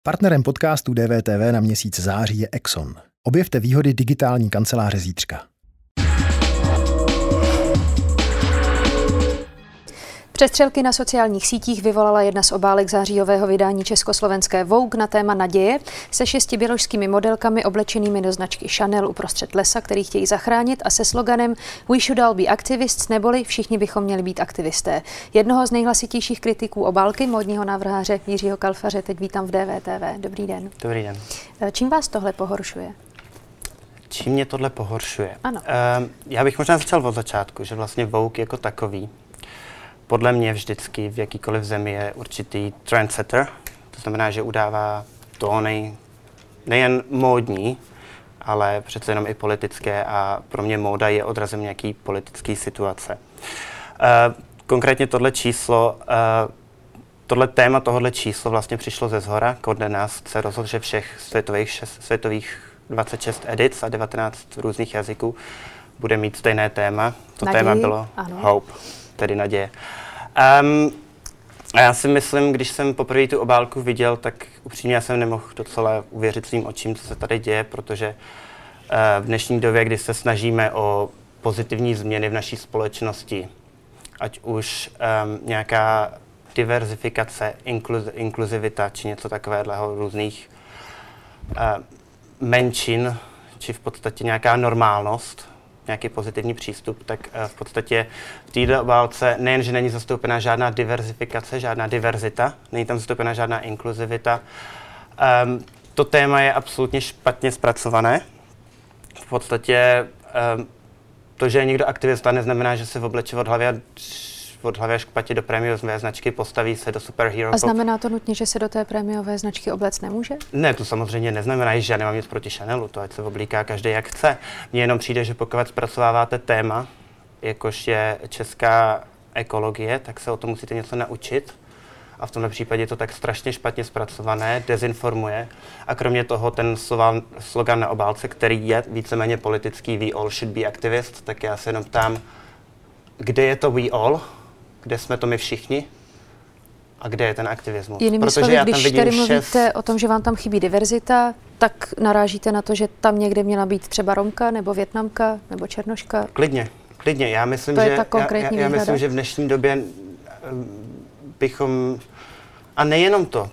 Partnerem podcastu DVTV na měsíc září je Exxon. Objevte výhody digitální kanceláře zítřka. Přestřelky na sociálních sítích vyvolala jedna z obálek zářijového vydání československé Vogue na téma naděje se 6 běložskými modelkami oblečenými do značky Chanel uprostřed lesa, který chtějí zachránit, a se sloganem We should all be activists, neboli všichni bychom měli být aktivisté. Jednoho z nejhlasitějších kritiků obálky, módního návrháře Jiřího Kalfaře, teď vítám v DVTV. Dobrý den. Dobrý den. Čím vás tohle pohoršuje? Čím mě tohle pohoršuje? Ano. Já bych možná začal od začátku, že vlastně Vogue jako takový podle mě vždycky v jakýkoliv zemi je určitý trendsetter, to znamená, že udává tóny nejen módní, ale přece jenom i politické, a pro mě móda je odrazem nějaký politické situace. Konkrétně tohle téma tohohle číslo vlastně přišlo ze shora. Code Nast se rozhodl, že všech světových 26 edic a 19 různých jazyků bude mít stejné téma. To naději, téma bylo ano. Hope, tedy naděje. A já si myslím, když jsem poprvé tu obálku viděl, tak upřímně já jsem nemohl docela uvěřit svým očím, co se tady děje, protože v dnešní době, kdy se snažíme o pozitivní změny v naší společnosti, ať už nějaká diverzifikace, inkluzivita či něco takového, různých menšin, či v podstatě nějaká normálnost, nějaký pozitivní přístup, tak v podstatě v této obálce nejen, že není zastoupena žádná diverzifikace, žádná diverzita, není tam zastoupena žádná inkluzivita. To téma je absolutně špatně zpracované. V podstatě to, že je někdo aktivista, neznamená, že se obleče od hlavy až k patě do prémiové značky, postaví se do superhero. A znamená to nutně, že se do té prémiové značky oblec nemůže? Ne, to samozřejmě neznamená, že já nemám nic proti Chanelu, to ať se oblíká každý jak chce. Mně jenom přijde, že pokud zpracováváte téma, jakož je česká ekologie, tak se o tom musíte něco naučit. A v tomto případě je to tak strašně špatně zpracované, dezinformuje. A kromě toho ten slogan na obálce, který je víceméně politický, We all should be activists, tak já se jenom ptám, kde je to we all? Kde jsme to my všichni? A kde je ten aktivismus? Jinými slovy, když tady mluvíte o tom, že vám tam chybí diverzita, tak narážíte na to, že tam někde měla být třeba Romka, nebo Vietnamka, nebo Černoška? Klidně. Já myslím, já myslím, že v dnešní době bychom... A nejenom to,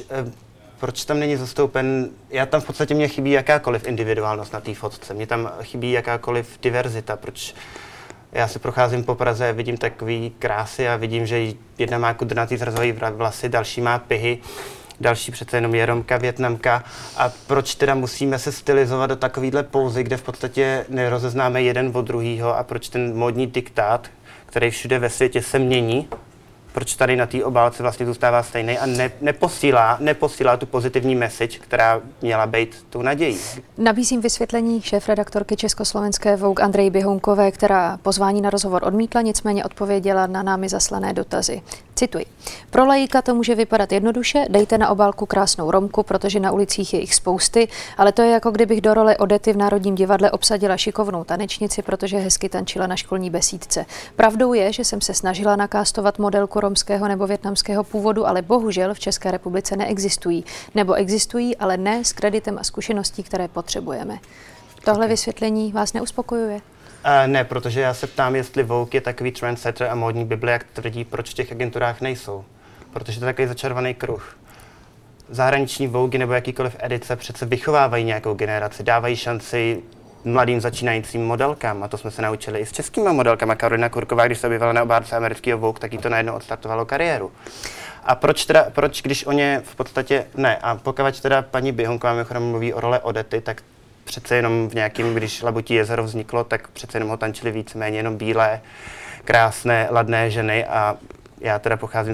proč tam není zastoupen... Tam v podstatě mě chybí jakákoliv individuálnost na té fotce. Mně tam chybí jakákoliv diverzita. Proč... Já se procházím po Praze, vidím takový krásy a vidím, že jedna má kudrnatý zrazový vlasy, další má pihy, další přece jenom je Romka, Vietnamka. A proč teda musíme se stylizovat do takovýhle pózy, kde v podstatě nerozeznáme jeden od druhýho, a proč ten módní diktát, který všude ve světě se mění, proč tady na té obálce vlastně zůstává stejný a neposílá tu pozitivní message, která měla být tou nadějí. Nabízím vysvětlení šéfredaktorky československé Vogue Andreji Běhounkové, která pozvání na rozhovor odmítla, nicméně odpověděla na námi zaslané dotazy. Cituji. Pro laika to může vypadat jednoduše, dejte na obálku krásnou Romku, protože na ulicích je jich spousty, ale to je jako kdybych do role Odety v Národním divadle obsadila šikovnou tanečnici, protože hezky tančila na školní besídce. Pravdou je, že jsem se snažila nakástovat modelku romského nebo vietnamského původu, ale bohužel v České republice neexistují. Nebo existují, ale ne s kreditem a zkušeností, které potřebujeme. Tohle vysvětlení vás neuspokojuje? Ne, protože já se ptám, jestli Vogue je takový trendsetter a módní bible, jak tvrdí, proč v těch agenturách nejsou. Protože to je takový začarovaný kruh. Zahraniční Vogue nebo jakýkoliv edice přece vychovávají nějakou generaci, dávají šanci mladým začínajícím modelkám, a to jsme se naučili i s českýma modelkama. Karolina Kurková, když se objevila na obálce amerického Vogue, tak jí to najednou odstartovalo kariéru. A proč když o ně v podstatě ne? A pokud teda paní Běhounková mimochodem mluví o role Odety, tak přece jenom v nějakým, když Labutí jezero vzniklo, tak přece jenom ho tančili víceméně jenom bílé, krásné, ladné ženy, a já teda pocházím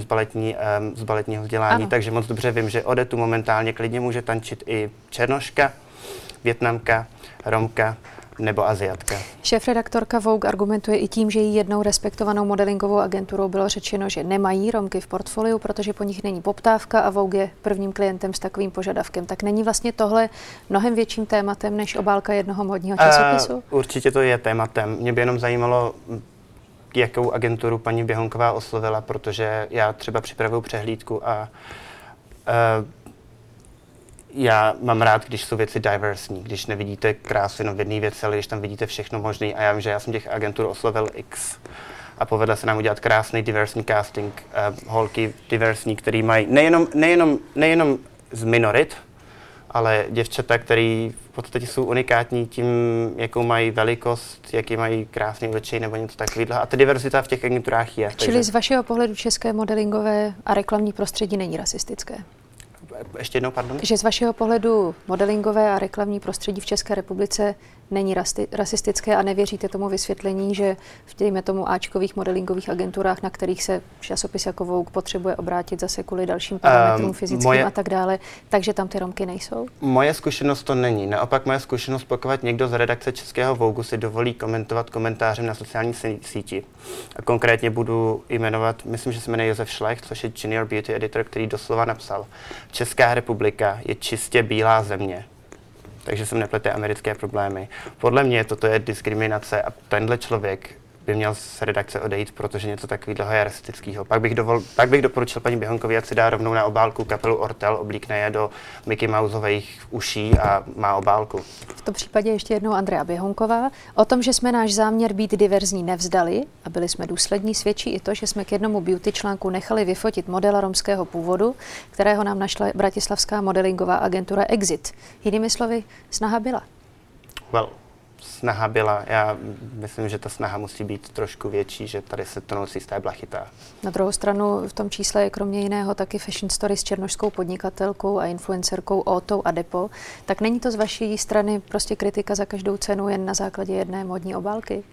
z baletního vzdělání, takže moc dobře vím, že Odetu momentálně klidně může tančit i Černoška, Vietnamka, Romka nebo Aziatka. Šéfredaktorka Vogue argumentuje i tím, že jí jednou respektovanou modelingovou agenturou bylo řečeno, že nemají Romky v portfoliu, protože po nich není poptávka a Vogue je prvním klientem s takovým požadavkem. Tak není vlastně tohle mnohem větším tématem než obálka jednoho módního časopisu? Určitě to je tématem. Mě by jenom zajímalo, jakou agenturu paní Běhounková oslovila, protože já třeba připravuju přehlídku a já mám rád, když jsou věci diversní, když nevidíte krásu jenom v jedné věci, ale když tam vidíte všechno možné. A já vím, že já jsem těch agentur oslovil X a povedlo se nám udělat krásný diversní casting, holky diversní, který mají nejenom z minorit, ale děvčata, který v podstatě jsou unikátní tím, jakou mají velikost, jaký mají krásný obličej nebo něco takového. A ta diverzita v těch agenturách je. Čili takže z vašeho pohledu české modelingové a reklamní prostředí není rasistické? Ještě jednou, pardon? Že z vašeho pohledu modelingové a reklamní prostředí v České republice není rasistické a nevěříte tomu vysvětlení, že v dejme tomu áčkových modelingových agenturách, na kterých se časopis jako Vogue potřebuje obrátit zase kvůli dalším parametrům fyzickým a tak dále, takže tam ty Romky nejsou? Moje zkušenost to není. Naopak moje zkušenost, pokud někdo z redakce českého Vogue si dovolí komentovat komentářem na sociální síti. A konkrétně budu jmenovat, myslím, že se jmenuje Josef Šlech, což je junior beauty editor, který doslova napsal: Česká republika je čistě bílá země. Takže sem neplete americké problémy. Podle mě toto je diskriminace a tenhle člověk by měl z redakce odejít, protože něco takového je rasistického. Pak bych doporučil paní Běhonkové, ať si dá rovnou na obálku kapelu Ortel, oblíkne je do Mickey Mouseových uší a má obálku. V tom případě ještě jednou Andrea Běhonková. O tom, že jsme náš záměr být diverzní nevzdali a byli jsme důslední, svědčí i to, že jsme k jednomu beauty článku nechali vyfotit modela romského původu, kterého nám našla bratislavská modelingová agentura Exit. Jinými slovy, snaha byla. Snaha byla. Já myslím, že ta snaha musí být trošku větší, že tady se to nosí stébla chytá. Na druhou stranu v tom čísle je kromě jiného taky fashion story s černošskou podnikatelkou a influencerkou Ótou a Depo. Tak není to z vaší strany prostě kritika za každou cenu jen na základě jedné módní obálky?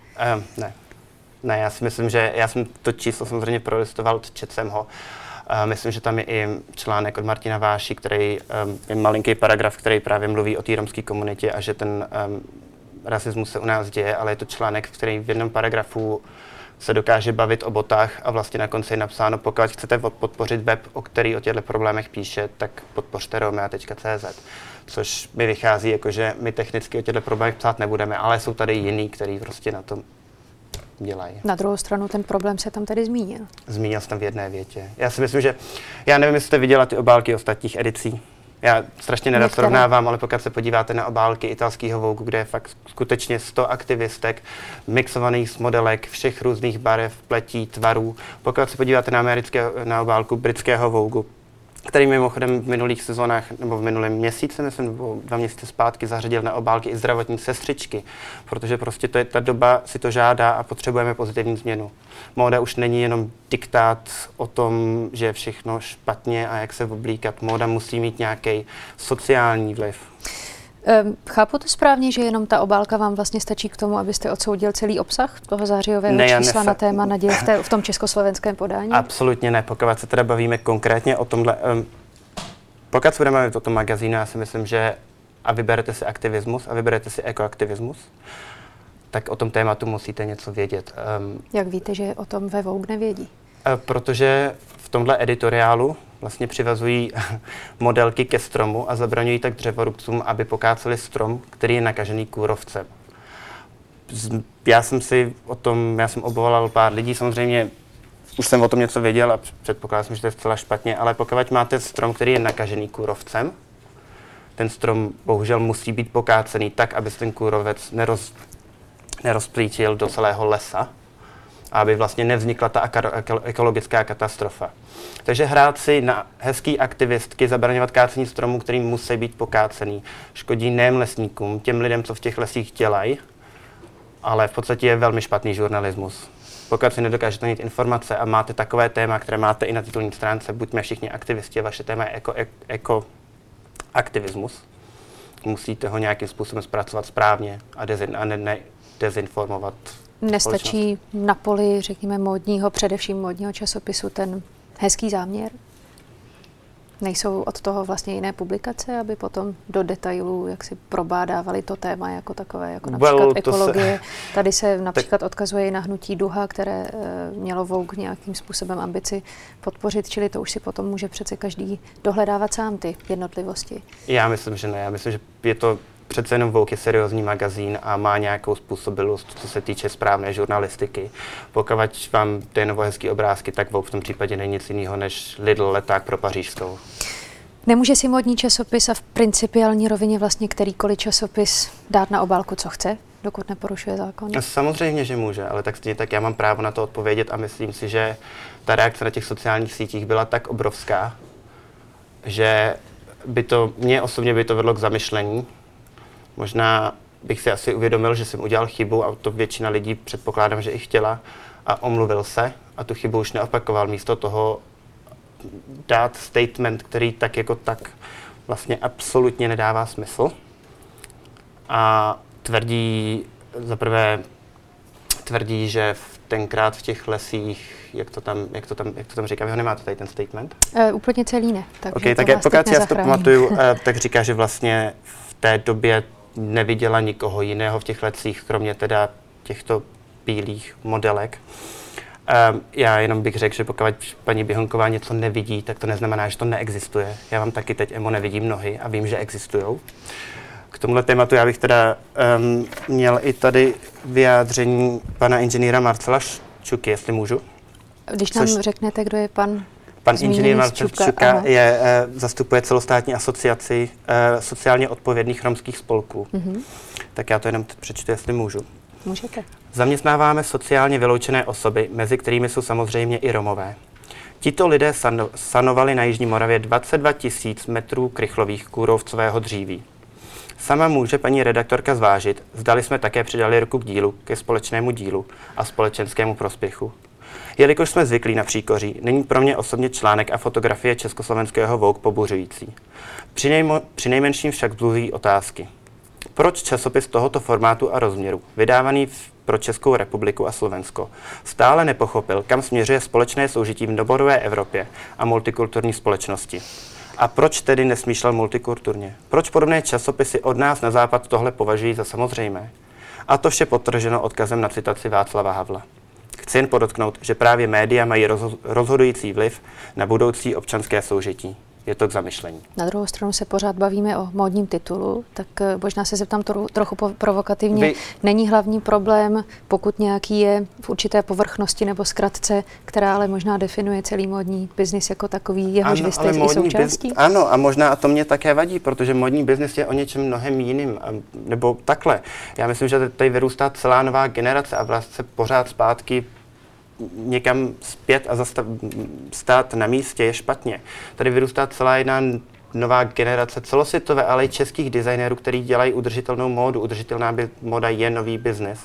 Ne, já si myslím, že já jsem to číslo samozřejmě prolistoval, četl jsem ho. Myslím, že tam je i článek od Martina Váši, který je malinký paragraf, který právě mluví o té romské komunitě a že ten rasismus se u nás děje, ale je to článek, v který v jednom paragrafu se dokáže bavit o botách a vlastně na konci je napsáno: pokud chcete podpořit web, o který o těchto problémech píše, tak podpořte romea.cz. Což mi vychází jako, že my technicky o těchto problémech psát nebudeme, ale jsou tady jiný, který prostě na tom dělají. Na druhou stranu ten problém se tam tady zmínil. Zmínil jsem tam v jedné větě. Já si myslím, že já nevím, jestli jste viděla ty obálky ostatních edicí. Já strašně nerad srovnávám, ale pokud se podíváte na obálky italského Vogue, kde je fakt skutečně 100 aktivistek, mixovaných z modelek všech různých barev, pletí, tvarů. Pokud se podíváte na obálku britského Vogue, který mimochodem v minulých sezónách, nebo v minulém měsíci, myslím, nebo 2 měsíce zpátky zařadil na obálky i zdravotní sestřičky, protože prostě ta doba si to žádá a potřebujeme pozitivní změnu. Móda už není jenom diktát o tom, že je všechno špatně a jak se oblíkat. Móda musí mít nějaký sociální vliv. Chápu to správně, že jenom ta obálka vám vlastně stačí k tomu, abyste odsoudil celý obsah toho zářijového čísla na téma naděje v tom československém podání? Absolutně ne. Pokud se teda bavíme konkrétně o tomhle, pokud se budeme bavit o tom magazínu, já si myslím, že a vyberete si aktivismus a vyberete si ekoaktivismus, tak o tom tématu musíte něco vědět. Jak víte, že o tom ve Vogue nevědí? Protože v tomhle editoriálu vlastně přivazují modelky ke stromu a zabraňují tak dřevorubcům, aby pokáceli strom, který je nakažený kůrovcem. Já jsem obvolal pár lidí, samozřejmě už jsem o tom něco věděl a předpokládal jsem, že to je zcela špatně, ale pokud máte strom, který je nakažený kůrovcem, ten strom bohužel musí být pokácený tak, aby se ten kůrovec nerozplítil do celého lesa, aby vlastně nevznikla ta ekologická katastrofa. Takže hrát si na hezký aktivistky, zabraňovat kácení stromů, který musí být pokácený, škodí nejen lesníkům, těm lidem, co v těch lesích dělají, ale v podstatě je velmi špatný žurnalismus. Pokud si nedokážete najít informace a máte takové téma, které máte i na titulní stránce, buďme všichni aktivisti a vaše téma je ekoaktivismus, musíte ho nějakým způsobem zpracovat správně a ne dezinformovat. Nestačí na poli, řekněme, především módního časopisu ten hezký záměr? Nejsou od toho vlastně jiné publikace, aby potom do detailů jak si probádávali to téma jako takové, jako například ekologie. Tady se například odkazuje i na hnutí Duha, které mělo Vogue nějakým způsobem ambici podpořit, čili to už si potom může přece každý dohledávat sám ty jednotlivosti. Já myslím, že ne. Já myslím, že je to přece jenom Vogue je seriózní magazín a má nějakou způsobilost, co se týče správné žurnalistiky. Pokud vám jde hezký obrázky, tak Vogue v tom případě není nic jiného než Lidl leták pro Pařížskou. Nemůže si módní časopis a v principiální rovině vlastně kterýkoliv časopis dát na obálku, co chce, dokud neporušuje zákon? Samozřejmě, že může, ale tak stejně tak já mám právo na to odpovědět a myslím si, že ta reakce na těch sociálních sítích byla tak obrovská, že mě osobně by to vedlo k zamyšlení. Možná bych si asi uvědomil, že jsem udělal chybu a to většina lidí předpokládám, že i chtěla a omluvil se a tu chybu už neopakoval. Místo toho dát statement, který tak jako tak vlastně absolutně nedává smysl a tvrdí, že tenkrát v těch lesích, jak to tam říká, vy ho nemáte tady ten statement? Úplně celý ne. Okay, tak pokud si já to pamatuju, tak říká, že vlastně v té době neviděla nikoho jiného v těch lesích, kromě teda těchto bílých modelek. Já jenom bych řekl, že pokud paní Běhounková něco nevidí, tak to neznamená, že to neexistuje. Já vám taky teď nevidím nohy a vím, že existujou. K tomuhle tématu já bych teda měl i tady vyjádření pana inženýra Marcela Ščuky, jestli můžu. Když nám řeknete, kdo je pan inženýr Marcel Ščuka zastupuje celostátní asociaci sociálně odpovědných romských spolků. Mm-hmm. Tak já to jenom přečtu, jestli můžu. Můžete. Zaměstnáváme sociálně vyloučené osoby, mezi kterými jsou samozřejmě i Romové. Tito lidé sanovali na Jižní Moravě 22 000 metrů krychlových kůrovcového dříví. Sama může paní redaktorka zvážit, zdali jsme také přidali ruku k dílu, ke společnému dílu a společenskému prospěchu. Jelikož jsme zvyklí na příkoří, není pro mě osobně článek a fotografie československého Vogue pobuřující. Přinejmenším však vzbuzují otázky. Proč časopis tohoto formátu a rozměru, vydávaný pro Českou republiku a Slovensko, stále nepochopil, kam směřuje společné soužití v novodobé Evropě a multikulturní společnosti? A proč tedy nesmýšlel multikulturně? Proč podobné časopisy od nás na západ tohle považují za samozřejmé? A to vše podtrženo odkazem na citaci Václava Havla. Chci jen podotknout, že právě média mají rozhodující vliv na budoucí občanské soužití. Je to k zamyšlení. Na druhou stranu se pořád bavíme o módním titulu, tak možná se zeptám trochu provokativně. Není hlavní problém, pokud nějaký je v určité povrchnosti nebo zkratce, která ale možná definuje celý módní biznis jako takový, jehož vy jste i součástí? Ano, a možná a to mě také vadí, protože módní biznis je o něčem mnohem jiným, nebo takhle. Já myslím, že tady vyrůstá celá nová generace a vlastně se pořád zpátky někam zpět a stát na místě je špatně. Tady vyrůstá celá jedna nová generace celosvětové, ale i českých designérů, kteří dělají udržitelnou módu. Udržitelná móda je nový biznis.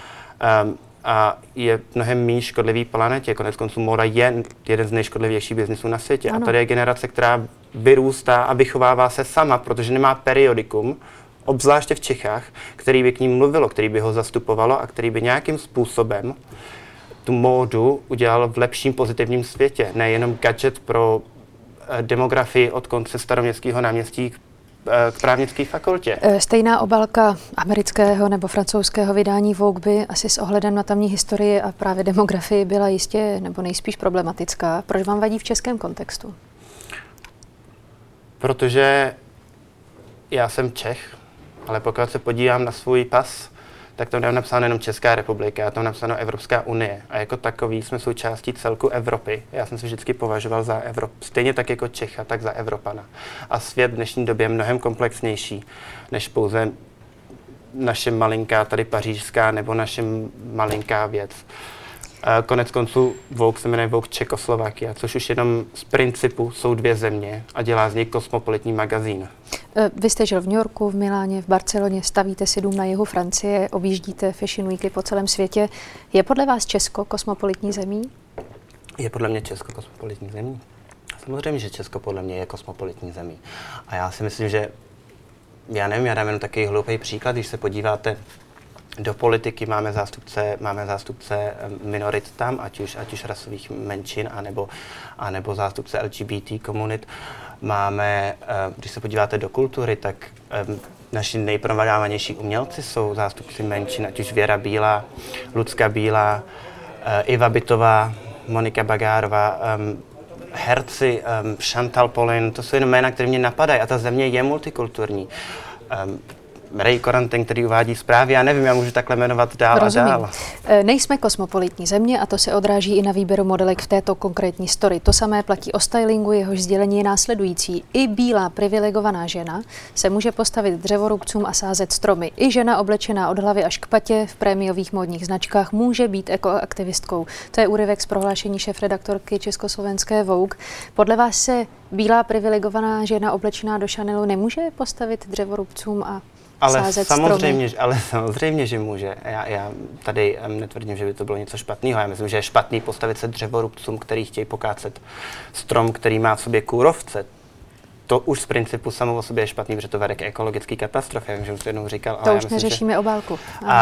A je mnohem méně škodlivý planetě. Konec konců móda je jeden z nejškodlivějších biznisů na světě. Ano. A tady je generace, která vyrůstá a vychovává se sama, protože nemá periodikum, obzvláště v Čechách, který by k ním mluvilo, který by ho zastupovalo a který by nějakým způsobem tu módu udělal v lepším pozitivním světě. Nejenom gadget pro demografii od konce Staroměstského náměstí k právnické fakultě. Stejná obálka amerického nebo francouzského vydání Vogue by asi s ohledem na tamní historii a právě demografii byla jistě nebo nejspíš problematická. Proč vám vadí v českém kontextu? Protože já jsem Čech, ale pokud se podívám na svůj pas, tak tam je napsáno jenom Česká republika, a tam napsáno Evropská unie. A jako takový jsme součástí celku Evropy. Já jsem se vždycky považoval za stejně tak jako Čecha, tak za Evropana. A svět v dnešní době je mnohem komplexnější, než pouze naše malinká tady pařížská nebo naše malinká věc. Konec konců Vogue se jmenuje Vogue Čekoslovakia, což už jenom z principu jsou dvě země a dělá z něj kosmopolitní magazín. Vy jste žil v New Yorku, v Miláně, v Barceloně, stavíte si dům na jihu Francie, objíždíte fashion weeky po celém světě. Je podle vás Česko kosmopolitní zemí? Je podle mě Česko kosmopolitní zemí. Samozřejmě, že Česko podle mě je kosmopolitní zemí. A já si myslím, že, já nevím, já dám jenom takový hloupý příklad, když se podíváte do politiky, máme zástupce minorit tam, ať už rasových menšin, anebo zástupce LGBT komunit. Máme, když se podíváte do kultury, tak naši nejprodávanější umělci jsou zástupci menšin, ať už Věra Bílá, Lucka Bílá, Iva Bytová, Monika Bagárová, herci, Chantal Paulin, to jsou jen jména, které mě napadají a ta země je multikulturní. Ray Corentin, který uvádí zprávy, já nevím, já můžu takhle jmenovat dál Rozumím. a dál. Nejsme kosmopolitní země a to se odráží i na výběru modelek v této konkrétní story. To samé platí o stylingu, jehož sdělení je následující. I bílá privilegovaná žena se může postavit dřevorubcům a sázet stromy. I žena oblečená od hlavy až k patě v prémiových módních značkách může být ekoaktivistkou. To je úryvek z prohlášení šéfredaktorky československé Vogue. Podle vás se bílá privilegovaná žena oblečená do Chanelu nemůže postavit dřevorubcům a sázet stromy? Ale samozřejmě, že může. Já tady netvrdím, že by to bylo něco špatného. Já myslím, že je špatný postavit se dřevorubcům, který chtějí pokácet strom, který má v sobě kůrovce. To už z principu samo o sobě je špatný, protože to vede k ekologické katastrofě. Já vím, že už to jednou říkal. To už neřešíme obálku.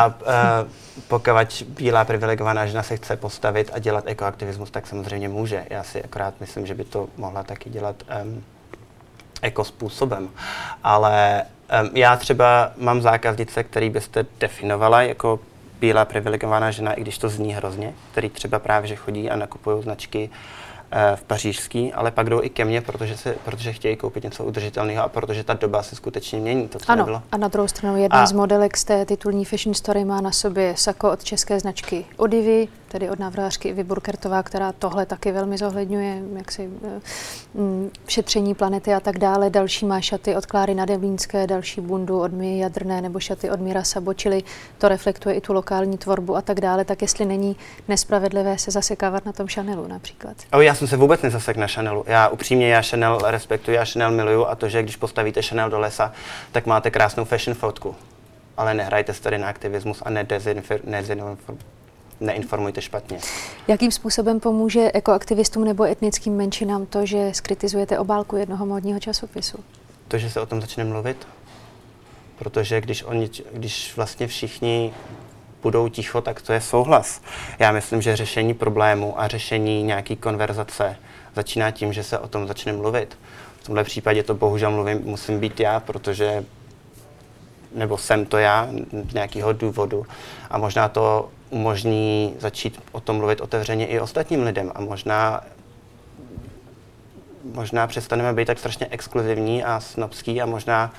Pokud bílá privilegovaná žena se chce postavit a dělat ekoaktivismus, tak samozřejmě může. Já si akorát myslím, že by to mohla taky dělat ekospůsobem. Ale já třeba mám zákaznice, který byste definovala jako bílá privilegovaná žena, i když to zní hrozně, který třeba právě že chodí a nakupují značky v pařížský, ale pak jdou i ke mně, protože chtějí koupit něco udržitelného a protože ta doba se skutečně mění. To, co ano, nebylo. A na druhou stranu jedna z modelek z té titulní fashion story má na sobě sako od české značky Odivy, tedy od návrhářky Ivy Burkertová, která tohle taky velmi zohledňuje, jaksi šetření planety a tak dále. Další má šaty od Kláry Nadevlínské, další bundu od Mii Jadrné nebo šaty od Míra Sabo, čili to reflektuje i tu lokální tvorbu a tak dále. Tak jestli není nespravedlivé se zasekávat na tom Chanelu například. Já jsem se vůbec nezasekl na Chanelu. Já Chanel respektuji, já Chanel miluju a to, že když postavíte Chanel do lesa, tak máte krásnou fashion fotku. Ale nehrajte se tady na aktivismus a neinformujte špatně. Jakým způsobem pomůže ekoaktivistům nebo etnickým menšinám to, že skritizujete obálku jednoho módního časopisu? To, že se o tom začne mluvit. Protože když vlastně všichni budou ticho, tak to je souhlas. Já myslím, že řešení problému a řešení nějaký konverzace začíná tím, že se o tom začne mluvit. V tomhle případě to bohužel musím být já, nebo jsem to já z nějakého důvodu. A možná to umožní začít o tom mluvit otevřeně i ostatním lidem. A možná přestaneme být tak strašně exkluzivní a snobský a možná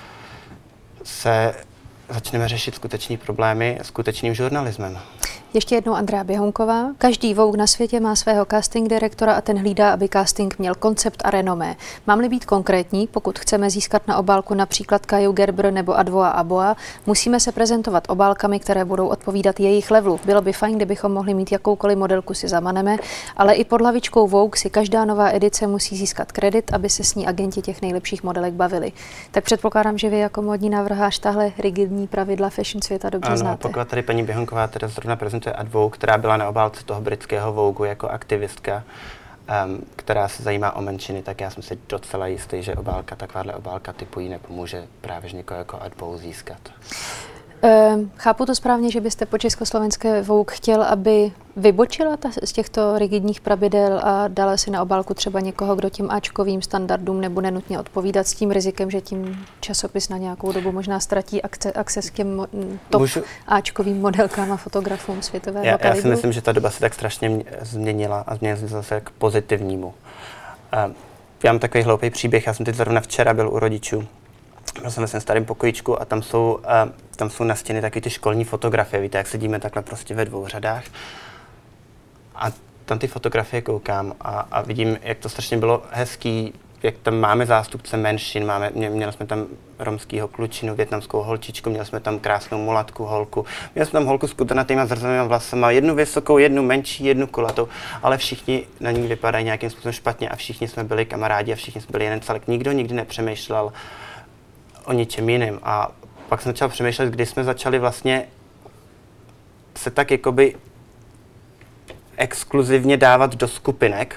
se začneme řešit skuteční problémy skutečným žurnalismem. Ještě jednou Andrea Běhounková. Každý Vogue na světě má svého casting direktora a ten hlídá, aby casting měl koncept a renomé. Mám-li být konkrétní, pokud chceme získat na obálku například Kaju Gerber nebo Adwoa Aboa, musíme se prezentovat obálkami, které budou odpovídat jejich levelu. Bylo by fajn, kdybychom mohli mít jakoukoliv modelku si zamaneme, ale i pod hlavičkou Vogue si každá nová edice musí získat kredit, aby se s ní agenti těch nejlepších modelek bavili. Tak předpokládám, že vy jako módní návrhář tahle rigidní pravidla fashion světa dobře znáte. Pokud tady paní Běhounková teda zrovna prezentuje Adwoa, která byla na obálce toho britského Vogue jako aktivistka, která se zajímá o menšiny, tak já jsem si docela jistý, že takováhle obálka typu jí nepomůže právě někoho jako Adwoa získat. Chápu to správně, že byste po československé Vogue chtěl, aby vybočila z těchto rigidních pravidel a dala si na obálku třeba někoho, kdo tím áčkovým standardům nebude nutně odpovídat, s tím rizikem, že tím časopis na nějakou dobu možná ztratí akces k těm top áčkovým modelkám a fotografům světového kalibru? Já si myslím, že ta doba se tak strašně změnila a změnila se zase k pozitivnímu. Já mám takový hloupý příběh, já jsem teď zrovna včera byl u rodičů. Byl jsem ve svém starém pokojíčku a tam jsou na stěny taky ty školní fotografie, víte, jak sedíme takhle prostě ve dvou řadách. A tam ty fotografie koukám a vidím, jak to strašně bylo hezký, jak tam máme zástupce menšin, měli jsme tam romského klučinu, vietnamskou holčičku, měli jsme tam krásnou mulatku holku, měli jsme tam holku s kudrnatýma zrzenýma vlasama, jednu vysokou, jednu menší, jednu kulatou, ale všichni na ní vypadají nějakým způsobem špatně a všichni jsme byli kamarádi a všichni jsme byli jeden celek. Nikdo nikdy nepřemýšlel o ničem jiným. A pak jsem začal přemýšlet, kdy jsme začali vlastně se tak jakoby exkluzivně dávat do skupinek.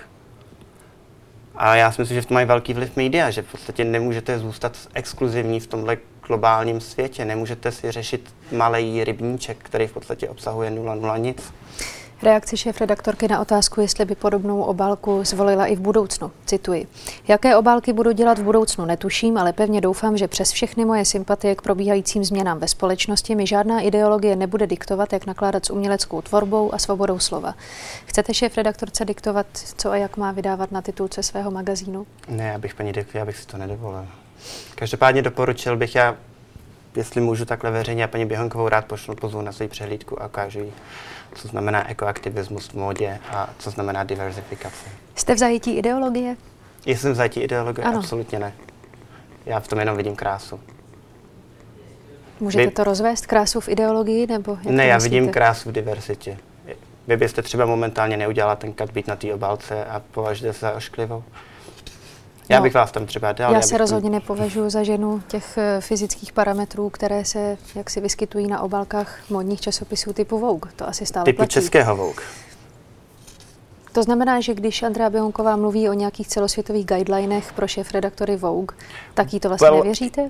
A já si myslím, že v tom mají velký vliv média, že v podstatě nemůžete zůstat exkluzivní v tomhle globálním světě. Nemůžete si řešit malej rybníček, který v podstatě obsahuje 0,0 nic. Reakce šéfredaktorky na otázku, jestli by podobnou obálku zvolila i v budoucnu. Cituji. Jaké obálky budu dělat v budoucnu, netuším, ale pevně doufám, že přes všechny moje sympatie k probíhajícím změnám ve společnosti mi žádná ideologie nebude diktovat, jak nakládat s uměleckou tvorbou a svobodou slova. Chcete šéfredaktorce diktovat, co a jak má vydávat na titulce svého magazínu? Ne, já bych si to nedovolil. Každopádně doporučil bych, já jestli můžu takhle veřejně a paní Běhounkovou rád pozvu na svou přehlídku a ukážu jí, co znamená ekoaktivismus v módě a co znamená diverzifikace. Jste v zajetí ideologie? Jsem v zajetí ideologie? Ano. Absolutně ne. Já v tom jenom vidím krásu. Můžete to rozvést, krásu v ideologii, nebo jak Ne, to já myslíte? vidím krásu v diverzitě. Vy byste třeba momentálně neudělala ten cut být na té obálce a považujete se za ošklivou? Já bych vás tam třeba dal. Já se rozhodně nepovažuji za ženu těch fyzických parametrů, které se jaksi vyskytují na obálkách módních časopisů typu Vogue. To asi stále typu platí. českého Vogue. To znamená, že když Andrea Běhounková mluví o nějakých celosvětových guidelinech pro šéfredaktory Vogue, tak jí to vlastně nevěříte?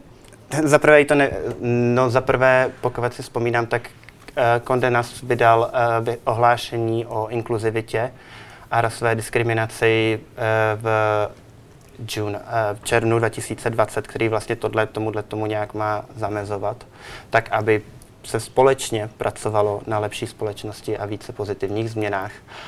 Zaprvé, pokud si vzpomínám, tak Condé Nast vydal ohlášení o inkluzivitě a rasové diskriminaci v červnu 2020, který vlastně tomu nějak má zamezovat, tak aby se společně pracovalo na lepší společnosti a více pozitivních změnách.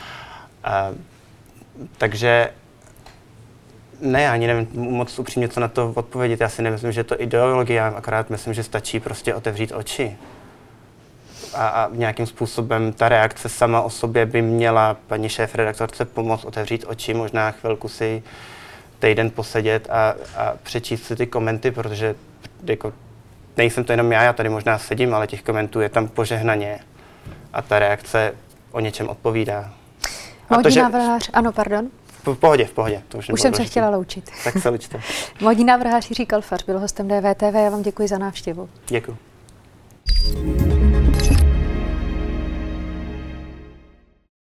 Takže ne, ani nevím moc upřímně, co na to odpovědět. Já si nemyslím, že je to ideologie, akorát myslím, že stačí prostě otevřít oči. A nějakým způsobem ta reakce sama o sobě by měla paní šéfredaktorce pomoct otevřít oči, možná chvilku si týden posedět a přečíst si ty komenty, protože jako, nejsem to jenom já tady možná sedím, ale těch komentů je tam požehnaně a ta reakce o něčem odpovídá. Módní návrhář, ano, pardon. V pohodě. To už jsem se chtěla loučit. Tak se loučte. Módní návrhář Jiří Kalfař byl hostem DVTV, já vám děkuji za návštěvu. Děkuji.